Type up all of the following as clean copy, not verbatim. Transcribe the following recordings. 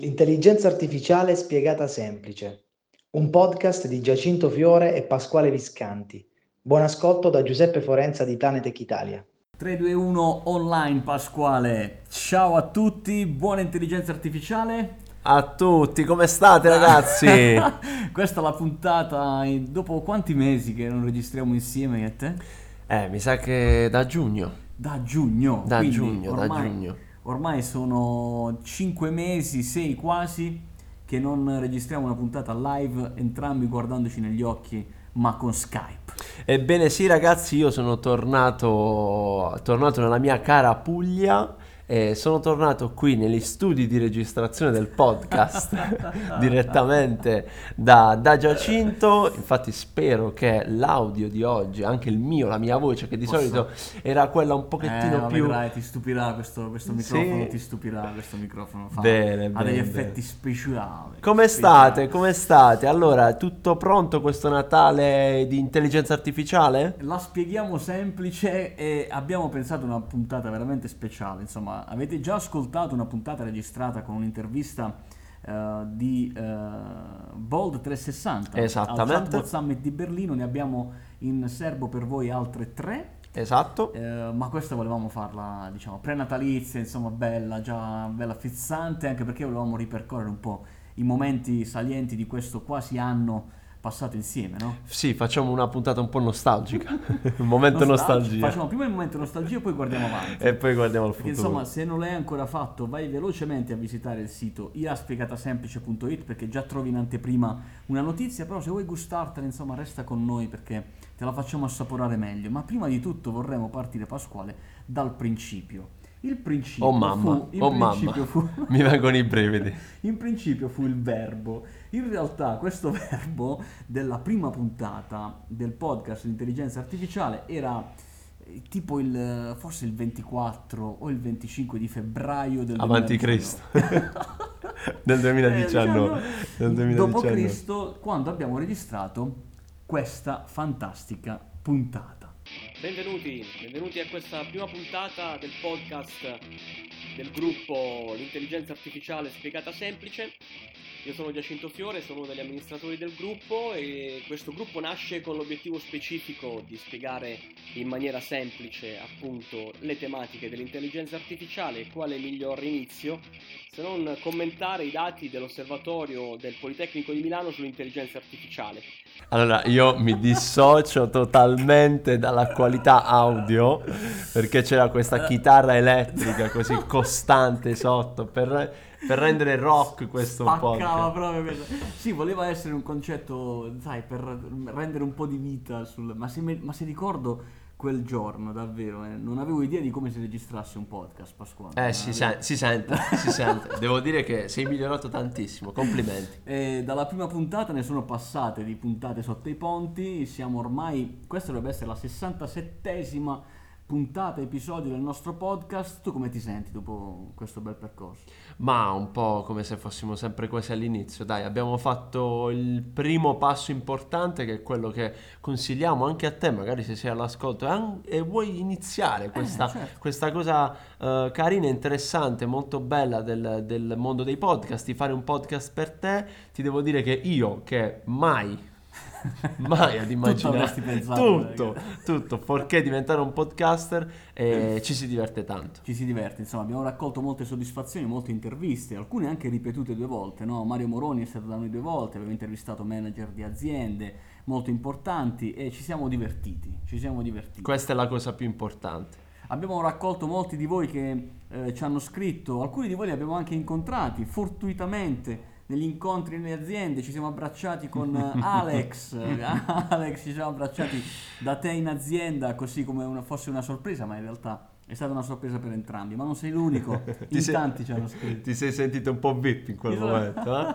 L'intelligenza artificiale spiegata semplice. Un podcast di Giacinto Fiore e Pasquale Viscanti. Buon ascolto da Giuseppe Forenza di Tanetech Italia. 3, 2, 1 online Pasquale. Ciao a tutti, buona intelligenza artificiale. A tutti, come state ragazzi? Questa è la puntata dopo quanti mesi che non registriamo insieme io e te? Mi sa che da giugno. Da giugno, Da quindi giugno, da giugno. ormai sono 5 mesi, 6 quasi, che non registriamo una puntata live, entrambi guardandoci negli occhi, ma con Skype. Ebbene sì ragazzi, io sono tornato nella mia cara Puglia e sono tornato qui negli studi di registrazione del podcast direttamente da Giacinto. Infatti spero che l'audio di oggi, anche il mio, la mia voce, che di solito era quella un pochettino più... Vedrai, ti stupirà questo microfono, Sì. ti stupirà questo microfono, Bene, ha degli bene, effetti bene. speciali. Come state? Come state? Allora, tutto pronto questo Natale di intelligenza artificiale? La spieghiamo semplice e abbiamo pensato a una puntata veramente speciale. Insomma, avete già ascoltato una puntata registrata con un'intervista di Bold 360 al Esattamente. Chatbot Summit di Berlino. Ne abbiamo in serbo per voi altre 3. Esatto. Ma questa volevamo farla, diciamo, prenatalizia, insomma, bella, già bella fizzante, anche perché volevamo ripercorrere un po' i momenti salienti di questo quasi anno passato insieme, no? Sì, facciamo una puntata un po' nostalgica. Un momento nostalgia. Facciamo prima il momento nostalgia e poi guardiamo avanti. E poi guardiamo al Perché futuro. insomma, se non l'hai ancora fatto, vai velocemente a visitare il sito iaspiegatasemplice.it perché già trovi in anteprima una notizia, però se vuoi gustartela, insomma, resta con noi perché te la facciamo assaporare meglio. Ma prima di tutto vorremmo partire, Pasquale, dal principio. Il principio Oh mamma, fu mi vengono i brividi. in principio fu il verbo. In realtà questo verbo della prima puntata del podcast di intelligenza artificiale era tipo forse il 24 o il 25 di febbraio del Avanti 2019. Cristo. Del 2019. Del 2019. Dopo Cristo, quando abbiamo registrato questa fantastica puntata. Benvenuti a questa prima puntata del podcast del gruppo L'intelligenza artificiale spiegata semplice. Io sono Giacinto Fiore, sono uno degli amministratori del gruppo e questo gruppo nasce con l'obiettivo specifico di spiegare in maniera semplice appunto le tematiche dell'intelligenza artificiale. Quale miglior inizio se non commentare i dati dell'osservatorio del Politecnico di Milano sull'intelligenza artificiale. Allora, io mi dissocio totalmente dalla qualità audio perché c'era questa chitarra elettrica così costante sotto per rendere rock questo Spaccava podcast. proprio questo. Sì, voleva essere un concetto, sai, per rendere un po' di vita ma se ricordo quel giorno, davvero, non avevo idea di come si registrasse un podcast, Pasquale. Si sente. Devo dire che sei migliorato tantissimo, complimenti. E dalla prima puntata ne sono passate di puntate sotto i ponti, siamo ormai, questa dovrebbe essere la 67esima puntata, episodio del nostro podcast. Tu come ti senti dopo questo bel percorso? Ma un po' come se fossimo sempre quasi all'inizio. Dai, abbiamo fatto il primo passo importante che è quello che consigliamo anche a te, magari se sei all'ascolto e vuoi iniziare Certo. questa cosa carina, interessante, molto bella del mondo dei podcast, di fare un podcast per te. Ti devo dire che io che mai ad immaginare avresti pensato, tutto, fuorché diventare un podcaster, ci si diverte tanto. Ci si diverte, insomma, abbiamo raccolto molte soddisfazioni, molte interviste, alcune anche ripetute 2 volte, no? Mario Moroni è stato da noi 2 volte, abbiamo intervistato manager di aziende molto importanti e ci siamo divertiti. Questa è la cosa più importante. Abbiamo raccolto molti di voi che ci hanno scritto, alcuni di voi li abbiamo anche incontrati fortuitamente negli incontri nelle aziende, ci siamo abbracciati con Alex, Alex, ci siamo abbracciati da te in azienda così come fosse una sorpresa, ma in realtà è stata una sorpresa per entrambi, ma non sei l'unico, tanti ci hanno scritto. Ti sei sentito un po' VIP in quel momento, eh?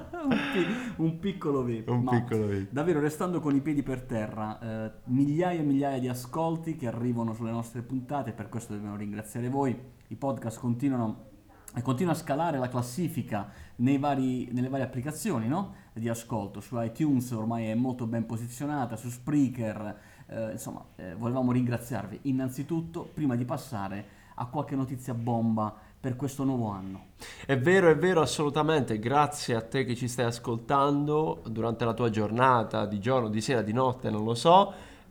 Un piccolo VIP. Un ma piccolo VIP. davvero, restando con i piedi per terra, migliaia e migliaia di ascolti che arrivano sulle nostre puntate, per questo dobbiamo ringraziare voi. I podcast continua a scalare la classifica nelle varie applicazioni, no? Di ascolto. Su iTunes ormai è molto ben posizionata, su Spreaker, volevamo ringraziarvi innanzitutto prima di passare a qualche notizia bomba per questo nuovo anno. È vero, assolutamente. Grazie a te che ci stai ascoltando durante la tua giornata, di giorno, di sera, di notte, non lo so.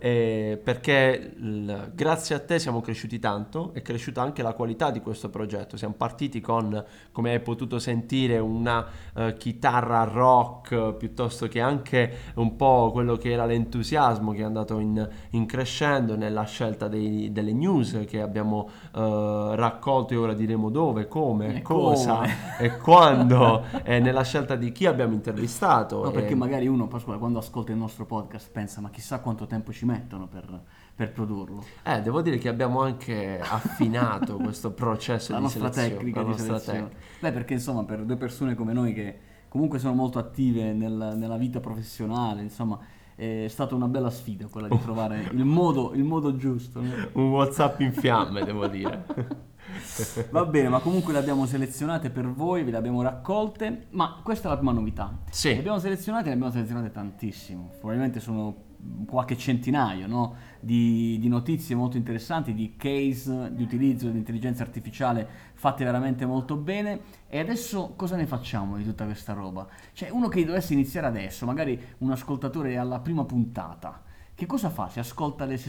Perché grazie a te siamo cresciuti tanto, è cresciuta anche la qualità di questo progetto. Siamo partiti con, come hai potuto sentire, una chitarra rock, piuttosto che anche un po' quello che era l'entusiasmo che è andato in crescendo nella scelta delle news che abbiamo raccolto, e ora diremo dove, come, cosa e quando, e nella scelta di chi abbiamo intervistato. No, perché magari uno, Pasquale, quando ascolta il nostro podcast pensa: ma chissà quanto tempo ci mettono per produrlo. Devo dire che abbiamo anche affinato questo processo la di nostra selezione, tecnica la di nostra selezione. tecnica. Beh, perché insomma, per due persone come noi che comunque sono molto attive nella vita professionale, insomma, è stata una bella sfida quella di trovare il modo giusto, no? Un WhatsApp in fiamme, devo dire. Va bene, ma comunque le abbiamo selezionate per voi, ve le abbiamo raccolte, ma questa è la prima novità. Sì. Le abbiamo selezionate tantissimo, probabilmente sono qualche centinaio, no? di notizie molto interessanti, di case di utilizzo dell'intelligenza artificiale fatte veramente molto bene. E adesso cosa ne facciamo di tutta questa roba? Cioè, uno che dovesse iniziare adesso, magari un ascoltatore è alla prima puntata, che cosa fa? Si ascolta le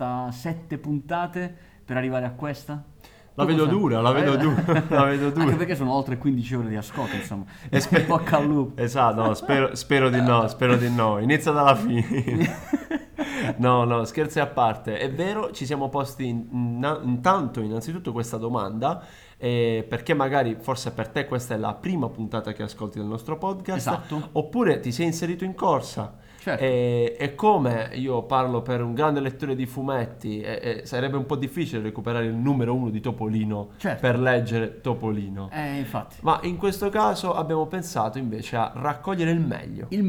67 puntate per arrivare a questa? La vedo dura. Anche perché sono oltre 15 ore di ascolto, insomma. E Bocca al lupo. Esatto, no, spero di no. Inizia dalla fine. No, scherzi a parte. È vero, ci siamo posti innanzitutto questa domanda, perché magari forse per te questa è la prima puntata che ascolti del nostro podcast. Esatto. Oppure ti sei inserito in corsa. Certo. E come io parlo per un grande lettore di fumetti, sarebbe un po' difficile recuperare il numero 1 di Topolino, certo, per leggere Topolino. Infatti. Ma in questo caso abbiamo pensato invece a raccogliere il meglio. Il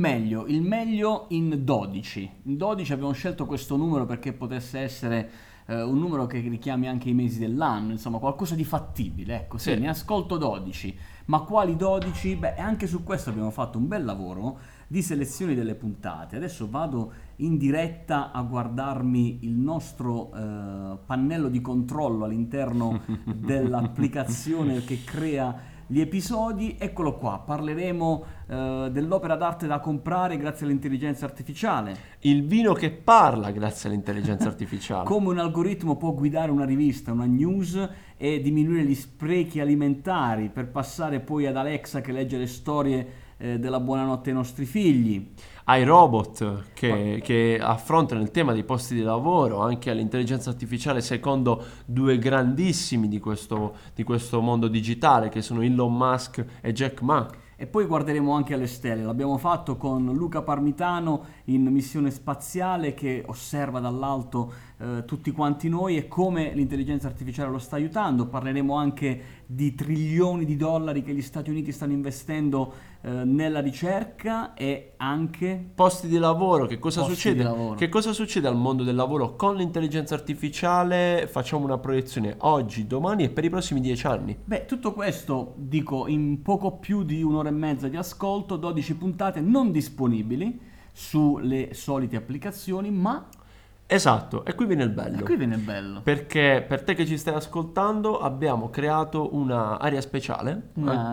meglio in 12. In 12 abbiamo scelto questo numero perché potesse essere un numero che richiami anche i mesi dell'anno, insomma qualcosa di fattibile, ecco. Sì, ne ascolto 12. Ma quali 12? Beh, anche su questo abbiamo fatto un bel lavoro di selezione delle puntate. Adesso vado in diretta a guardarmi il nostro pannello di controllo all'interno dell'applicazione che crea gli episodi. Eccolo qua, parleremo dell'opera d'arte da comprare grazie all'intelligenza artificiale. Il vino che parla grazie all'intelligenza artificiale. Come un algoritmo può guidare una rivista, una news, e diminuire gli sprechi alimentari per passare poi ad Alexa che legge le storie della buonanotte ai nostri figli. Ai robot che affrontano il tema dei posti di lavoro, anche all'intelligenza artificiale, secondo due grandissimi di questo mondo digitale, che sono Elon Musk e Jack Ma. E poi guarderemo anche alle stelle. L'abbiamo fatto con Luca Parmitano in missione spaziale, che osserva dall'alto tutti quanti noi e come l'intelligenza artificiale lo sta aiutando. Parleremo anche di trilioni di dollari che gli Stati Uniti stanno investendo nella ricerca, e anche posti di lavoro. Che cosa posti succede? di lavoro. Che cosa succede al mondo del lavoro con l'intelligenza artificiale? Facciamo una proiezione oggi, domani e per i prossimi 10 anni. Beh, tutto questo, dico, in poco più di un'ora e mezza di ascolto, 12 puntate non disponibili sulle solite applicazioni, ma... Esatto, e qui viene il bello. Perché per te che ci stai ascoltando abbiamo creato una area speciale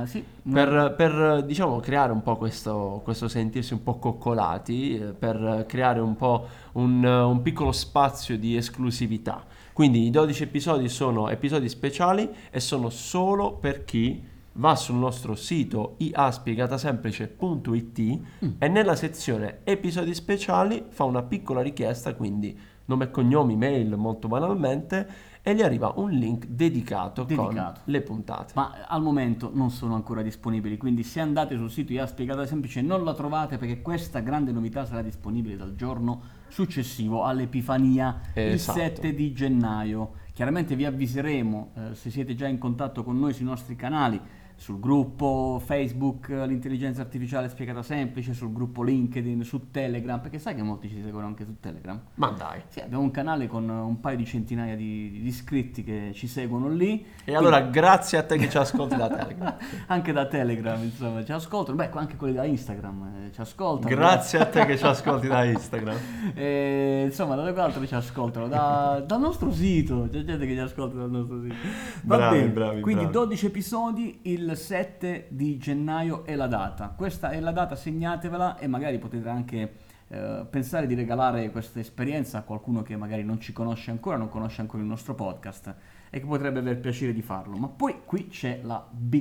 per diciamo creare un po' questo sentirsi un po' coccolati, per creare un po' un piccolo spazio di esclusività. Quindi i 12 episodi sono episodi speciali e sono solo per chi va sul nostro sito iaspiegatasemplice.it e nella sezione episodi speciali fa una piccola richiesta, quindi nome e cognomi, mail, molto banalmente, e gli arriva un link dedicato con le puntate. Ma al momento non sono ancora disponibili, quindi se andate sul sito IA Spiegata Semplice non la trovate, perché questa grande novità sarà disponibile dal giorno successivo all'Epifania, esatto, il 7 di gennaio. Chiaramente vi avviseremo se siete già in contatto con noi sui nostri canali. sul gruppo Facebook l'intelligenza artificiale spiegata semplice, sul gruppo LinkedIn, su Telegram, perché sai che molti ci seguono anche su Telegram. Ma dai. Sì, abbiamo un canale con un paio di centinaia di iscritti che ci seguono lì. E allora grazie a te che ci ascolti da Telegram. Anche da Telegram, insomma, ci ascoltano. Beh, anche quelli da Instagram ci ascoltano. Grazie a te che ci ascolti da Instagram. Insomma, da dove altro ci ascoltano? Dal nostro sito. C'è gente che ci ascolta dal nostro sito. Va Bravi, bene. bravi, Quindi bravi. 12 episodi, il 7 di gennaio è la data. Questa è la data, segnatevela e magari potete anche pensare di regalare questa esperienza a qualcuno che magari non ci conosce ancora, non conosce ancora il nostro podcast e che potrebbe aver piacere di farlo. Ma poi qui c'è la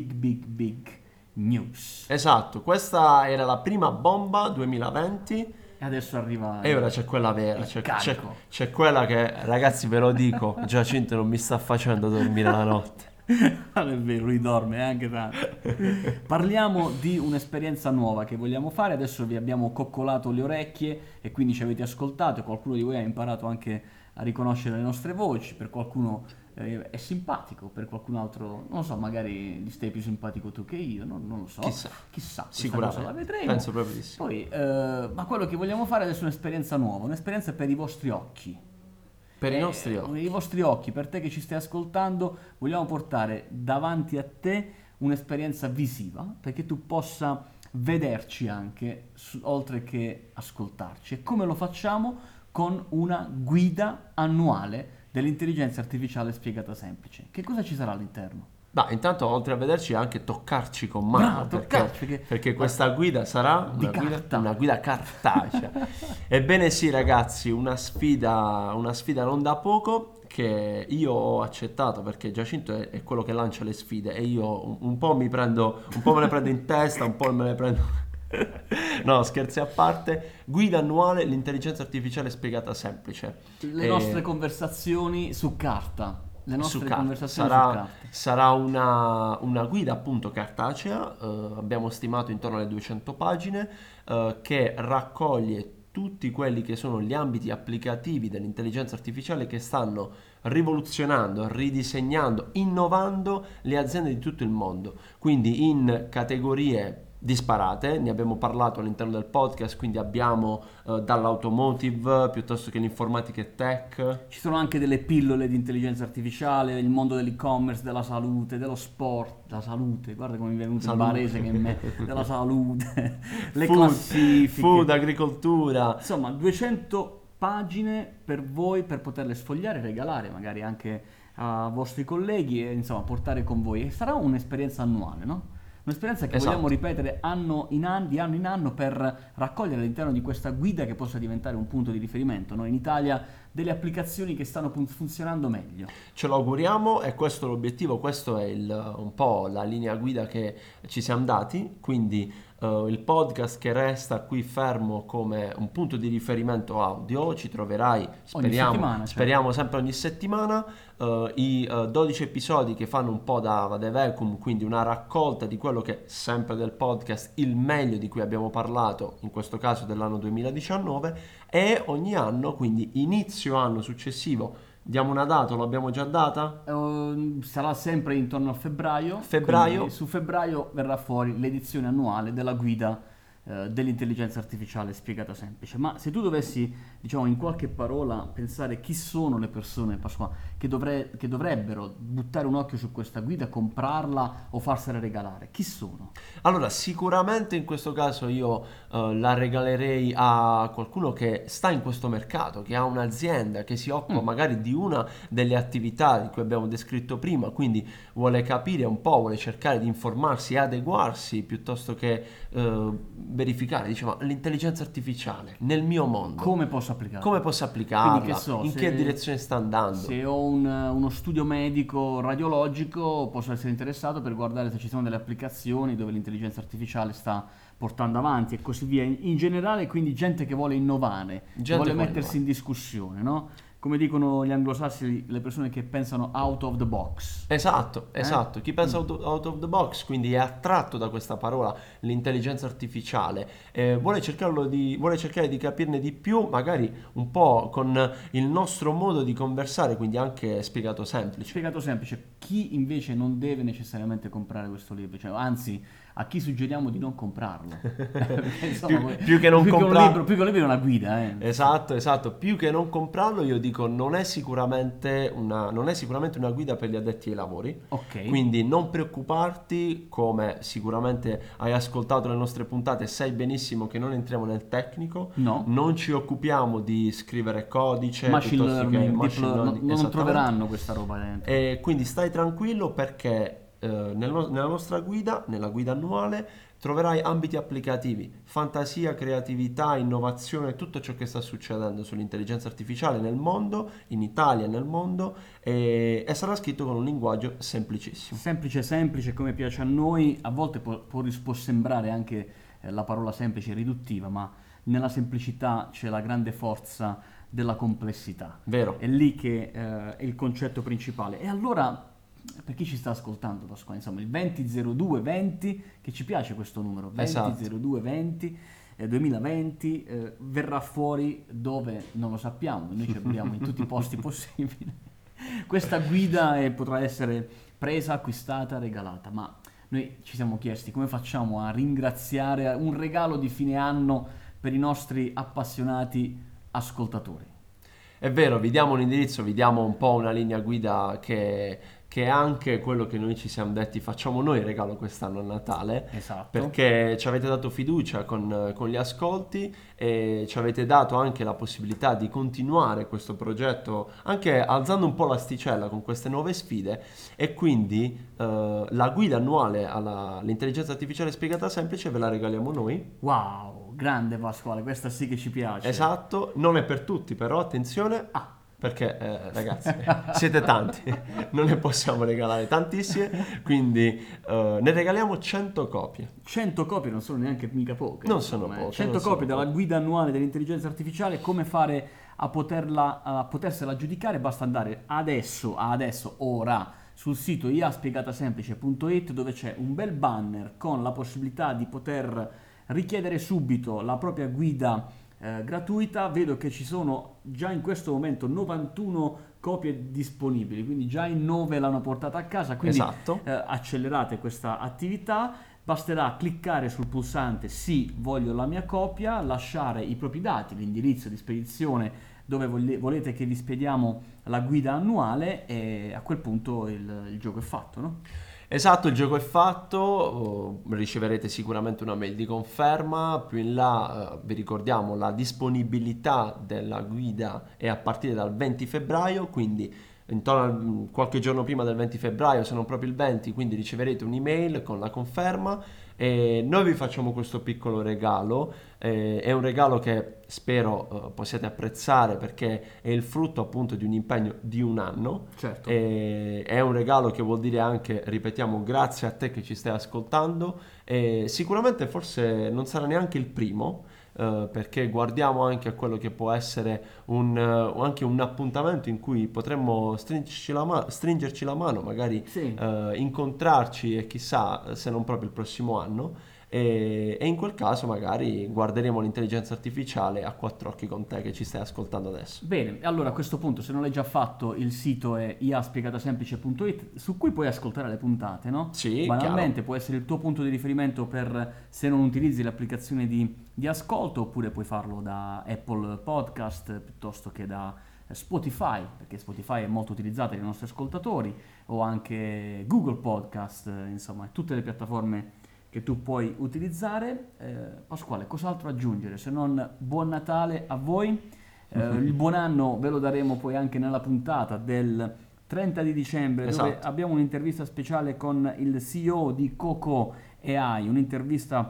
big news. Esatto, questa era la prima bomba 2020 E adesso arriva e ora c'è quella vera, il carico. c'è quella che, ragazzi, ve lo dico, Giacinto non mi sta facendo dormire la notte. Non è vero, lui dorme anche tanto. Parliamo di un'esperienza nuova che vogliamo fare. Adesso vi abbiamo coccolato le orecchie e quindi ci avete ascoltato e qualcuno di voi ha imparato anche a riconoscere le nostre voci. Per qualcuno è simpatico, per qualcun altro non lo so, magari gli stai più simpatico tu che io, non lo so. Chissà, questa sicuramente, cosa la vedremo. penso proprio di sì. Poi, ma quello che vogliamo fare adesso è un'esperienza nuova, un'esperienza per i vostri occhi. Per i nostri occhi. I vostri occhi, per te che ci stai ascoltando, vogliamo portare davanti a te un'esperienza visiva perché tu possa vederci anche, oltre che ascoltarci. E come lo facciamo? Con una guida annuale dell'intelligenza artificiale spiegata semplice. Che cosa ci sarà all'interno? Ma intanto oltre a vederci anche toccarci con mano, Bravo, toccarci, perché questa guida sarà di una carta. una guida cartacea. Ebbene sì, ragazzi, una sfida non da poco che io ho accettato perché Giacinto è quello che lancia le sfide e io un po' me le prendo in testa, un po' me le prendo. No, scherzi a parte. Guida annuale l'intelligenza artificiale spiegata semplice. Le nostre conversazioni su carta. Le nostre Su carta. conversazioni su carta. Sarà una guida appunto cartacea, abbiamo stimato intorno alle 200 pagine, che raccoglie tutti quelli che sono gli ambiti applicativi dell'intelligenza artificiale che stanno rivoluzionando, ridisegnando, innovando le aziende di tutto il mondo, quindi in categorie disparate, ne abbiamo parlato all'interno del podcast, quindi abbiamo dall'automotive piuttosto che l'informatica e tech. Ci sono anche delle pillole di intelligenza artificiale, il mondo dell'e-commerce, della salute, dello sport, la salute, guarda come mi è venuto il barese che in me, della salute, le classifiche. Food, agricoltura. Insomma, 200 pagine per voi per poterle sfogliare e regalare magari anche a vostri colleghi e insomma portare con voi. E sarà un'esperienza annuale, no? Un'esperienza che Esatto. vogliamo ripetere di anno in anno per raccogliere all'interno di questa guida che possa diventare un punto di riferimento, no? In Italia delle applicazioni che stanno funzionando meglio. Ce lo auguriamo e questo è l'obiettivo, questo è un po' la linea guida che ci siamo dati, quindi il podcast che resta qui fermo come un punto di riferimento audio, ci troverai, speriamo sempre ogni settimana, i 12 episodi che fanno un po' da vadevecum, quindi una raccolta di quello che sempre del podcast, il meglio di cui abbiamo parlato, in questo caso dell'anno 2019, e ogni anno, quindi inizio anno successivo, diamo una data, l'abbiamo già data? Sarà sempre intorno a febbraio. Su febbraio verrà fuori l'edizione annuale della guida dell'intelligenza artificiale spiegata semplice. Ma se tu dovessi, diciamo, in qualche parola pensare chi sono le persone, Pasqua, che dovrebbero buttare un occhio su questa guida, comprarla o farsela regalare, chi sono? Allora, sicuramente in questo caso io la regalerei a qualcuno che sta in questo mercato, che ha un'azienda, che si occupa magari di una delle attività di cui abbiamo descritto prima, quindi vuole capire un po', vuole cercare di informarsi e adeguarsi piuttosto che verificare, diciamo, l'intelligenza artificiale nel mio mondo. Come posso applicarla? Come posso applicarla? Quindi, che so, in che direzione sta andando? Se ho uno studio medico radiologico, posso essere interessato per guardare se ci sono delle applicazioni dove l'intelligenza artificiale sta portando avanti e così via. In generale, quindi gente che vuole innovare, che vuole mettersi in discussione, no? come dicono gli anglosassoni, le persone che pensano out of the box. Esatto. Chi pensa out of the box, quindi è attratto da questa parola, l'intelligenza artificiale, vuole cercare di capirne di più, magari un po' con il nostro modo di conversare, quindi anche spiegato semplice. Spiegato semplice, chi invece non deve necessariamente comprare questo libro, cioè, anzi, a chi suggeriamo di non comprarlo. Perché, insomma, più che non comprarlo, più che un libro è una guida. Esatto, più che non comprarlo, io dico non è sicuramente una guida per gli addetti ai lavori. Ok. Quindi non preoccuparti, come sicuramente hai ascoltato le nostre puntate, sai benissimo che non entriamo nel tecnico, No. non ci occupiamo di scrivere codice, Machine learning, machine learning, non esattamente. troveranno questa roba dentro. E quindi stai tranquillo, perché nella nostra guida, nella guida annuale, troverai ambiti applicativi, fantasia, creatività, innovazione, tutto ciò che sta succedendo sull'intelligenza artificiale nel mondo, in Italia e nel mondo, e sarà scritto con un linguaggio semplicissimo. Semplice, come piace a noi. A volte può sembrare anche la parola semplice riduttiva, ma nella semplicità c'è la grande forza della complessità. Vero. È lì che è il concetto principale. E allora, per chi ci sta ascoltando, Pasquale, insomma, il 200220, che ci piace questo numero, 200220, 2020, verrà fuori dove non lo sappiamo, noi ci abbiamo in tutti i posti possibili. Questa guida potrà essere presa, acquistata, regalata, ma noi ci siamo chiesti come facciamo a ringraziare un regalo di fine anno per i nostri appassionati ascoltatori. È vero, vi diamo un indirizzo, vi diamo un po' una linea guida che è anche quello che noi ci siamo detti facciamo noi regalo quest'anno a Natale. Esatto. Perché ci avete dato fiducia con gli ascolti e ci avete dato anche la possibilità di continuare questo progetto, anche alzando un po' l'asticella con queste nuove sfide, e quindi la guida annuale all'intelligenza artificiale spiegata semplice ve la regaliamo noi. Wow, grande Pasquale, questa sì che ci piace. Esatto, non è per tutti però, attenzione, perché ragazzi siete tanti, non ne possiamo regalare tantissime, quindi ne regaliamo 100 copie. 100 copie non sono neanche mica poche. Non sono poche. 100 copie della guida annuale dell'intelligenza artificiale, come fare a potersela giudicare. Basta andare adesso, ora, sul sito iaspiegatasemplice.it, dove c'è un bel banner con la possibilità di poter richiedere subito la propria guida gratuita. Vedo che ci sono già in questo momento 91 copie disponibili, quindi già in 9 l'hanno portata a casa, quindi esatto. Accelerate questa attività. Basterà cliccare sul pulsante sì, voglio la mia copia, lasciare i propri dati, l'indirizzo di spedizione dove volete che vi spediamo la guida annuale, e a quel punto il gioco è fatto, no? Esatto, il gioco è fatto, riceverete sicuramente una mail di conferma, più in là vi ricordiamo la disponibilità della guida è a partire dal 20 febbraio, quindi intorno a qualche giorno prima del 20 febbraio, se non proprio il 20, quindi riceverete un'email con la conferma e noi vi facciamo questo piccolo regalo. È un regalo che spero possiate apprezzare, perché è il frutto appunto di un impegno di un anno. Certo. È un regalo che vuol dire anche, ripetiamo, grazie a te che ci stai ascoltando, e sicuramente forse non sarà neanche il primo, perché guardiamo anche a quello che può essere anche un appuntamento in cui potremmo stringerci la mano, magari Sì. incontrarci, e chissà se non proprio il prossimo anno, e in quel caso magari guarderemo l'intelligenza artificiale a quattro occhi con te che ci stai ascoltando adesso. Bene, allora a questo punto, se non l'hai già fatto, il sito è iaspiegatasemplice.it, su cui puoi ascoltare le puntate, no? Sì, banalmente chiaro. può essere il tuo punto di riferimento per se non utilizzi l'applicazione di ascolto, oppure puoi farlo da Apple Podcast piuttosto che da Spotify, perché Spotify è molto utilizzata dai nostri ascoltatori, o anche Google Podcast, insomma tutte le piattaforme che tu puoi utilizzare. Pasquale, cos'altro aggiungere se non buon Natale a voi? Il buon anno ve lo daremo poi anche nella puntata del 30 di dicembre, esatto, dove abbiamo un'intervista speciale con il CEO di Coco AI, un'intervista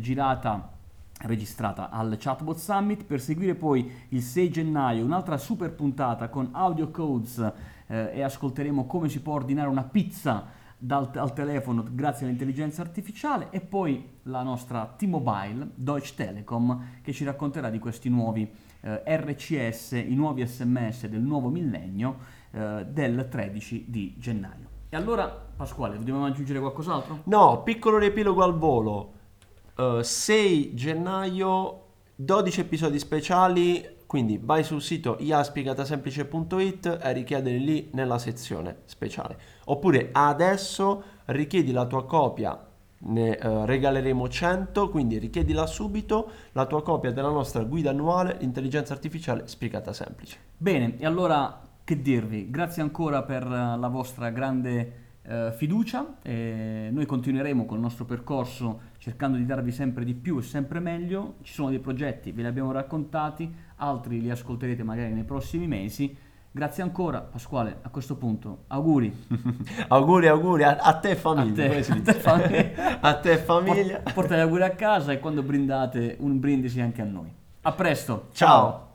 registrata al Chatbot Summit, per seguire poi il 6 gennaio un'altra super puntata con Audio Codes, e ascolteremo come si può ordinare una pizza al telefono grazie all'intelligenza artificiale, e poi la nostra T-Mobile, Deutsche Telekom, che ci racconterà di questi nuovi RCS, i nuovi SMS del nuovo millennio del 13 di gennaio. E allora, Pasquale, dobbiamo aggiungere qualcos'altro? No, piccolo riepilogo al volo. 6 gennaio, 12 episodi speciali, quindi vai sul sito iaspiegatasemplice.it e richiedili lì nella sezione speciale. Oppure adesso richiedi la tua copia, ne regaleremo 100, quindi richiedila subito, la tua copia della nostra guida annuale Intelligenza Artificiale Spiegata Semplice. Bene, e allora che dirvi? Grazie ancora per la vostra grande fiducia. Noi continueremo col nostro percorso cercando di darvi sempre di più e sempre meglio. Ci sono dei progetti, ve li abbiamo raccontati, altri li ascolterete magari nei prossimi mesi. Grazie ancora, Pasquale. A questo punto, auguri. auguri a te famiglia. A te famiglia. A te famiglia. Porta gli auguri a casa, e quando brindate un brindisi anche a noi. A presto. Ciao.